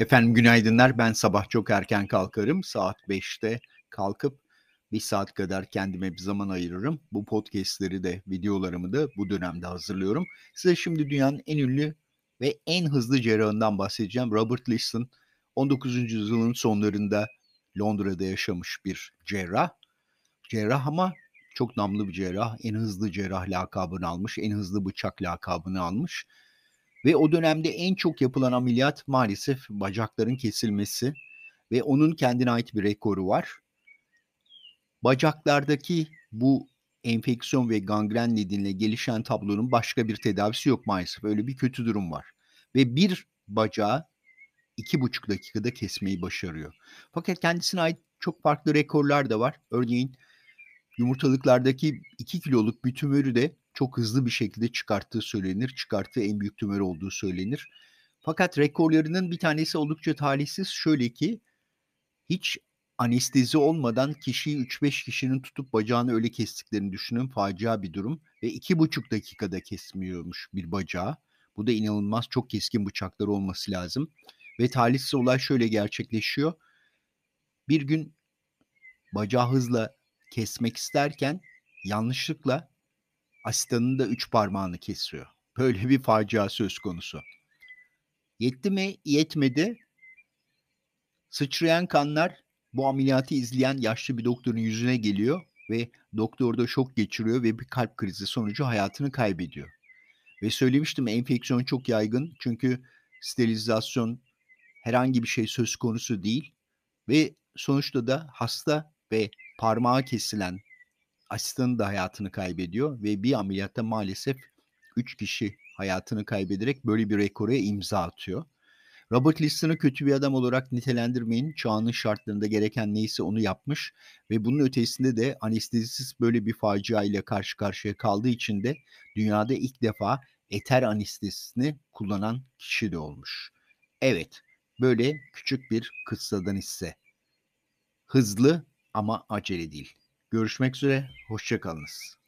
Efendim günaydınlar. Ben sabah çok erken kalkarım. Saat 5'te kalkıp bir saat kadar kendime bir zaman ayırırım. Bu podcast'leri de videolarımı da bu dönemde hazırlıyorum. Size şimdi dünyanın en ünlü ve en hızlı cerrahından bahsedeceğim. Robert Liston 19. yüzyılın sonlarında Londra'da yaşamış bir cerrah. Cerrah ama çok namlı bir cerrah. En hızlı cerrah lakabını almış, en hızlı bıçak lakabını almış. Ve o dönemde en çok yapılan ameliyat maalesef bacakların kesilmesi ve onun kendine ait bir rekoru var. Bacaklardaki bu enfeksiyon ve gangren nedeniyle gelişen tablonun başka bir tedavisi yok maalesef. Öyle bir kötü durum var. Ve bir bacağı 2,5 dakikada kesmeyi başarıyor. Fakat kendisine ait çok farklı rekorlar da var. Örneğin yumurtalıklardaki 2 kiloluk bir tümörü de çok hızlı bir şekilde çıkarttığı söylenir. Çıkarttığı en büyük tümör olduğu söylenir. Fakat rekorlarının bir tanesi oldukça talihsiz. Şöyle ki hiç anestezi olmadan kişiyi 3-5 kişinin tutup bacağını öyle kestiklerini düşünün. Facia bir durum. Ve 2,5 dakikada kesmiyormuş bir bacağı. Bu da inanılmaz, çok keskin bıçakları olması lazım. Ve talihsiz olay şöyle gerçekleşiyor. Bir gün bacağı hızla kesmek isterken yanlışlıkla asistanın da 3 parmağını kesiyor. Böyle bir facia söz konusu. Yetti mi? Yetmedi. Sıçrayan kanlar bu ameliyatı izleyen yaşlı bir doktorun yüzüne geliyor ve doktor da şok geçiriyor ve bir kalp krizi sonucu hayatını kaybediyor. Ve söylemiştim, enfeksiyon çok yaygın çünkü sterilizasyon herhangi bir şey söz konusu değil ve sonuçta da hasta ve parmağı kesilen asistanı da hayatını kaybediyor ve bir ameliyatta maalesef 3 kişi hayatını kaybederek böyle bir rekora imza atıyor. Robert Liston'ı kötü bir adam olarak nitelendirmeyin. Çağının şartlarında gereken neyse onu yapmış ve bunun ötesinde de anestezisiz böyle bir facia ile karşı karşıya kaldığı için de dünyada ilk defa eter anestezisini kullanan kişi de olmuş. Evet, böyle küçük bir kıssadan hisse. Hızlı ama acele değil. Görüşmek üzere, hoşça kalınız.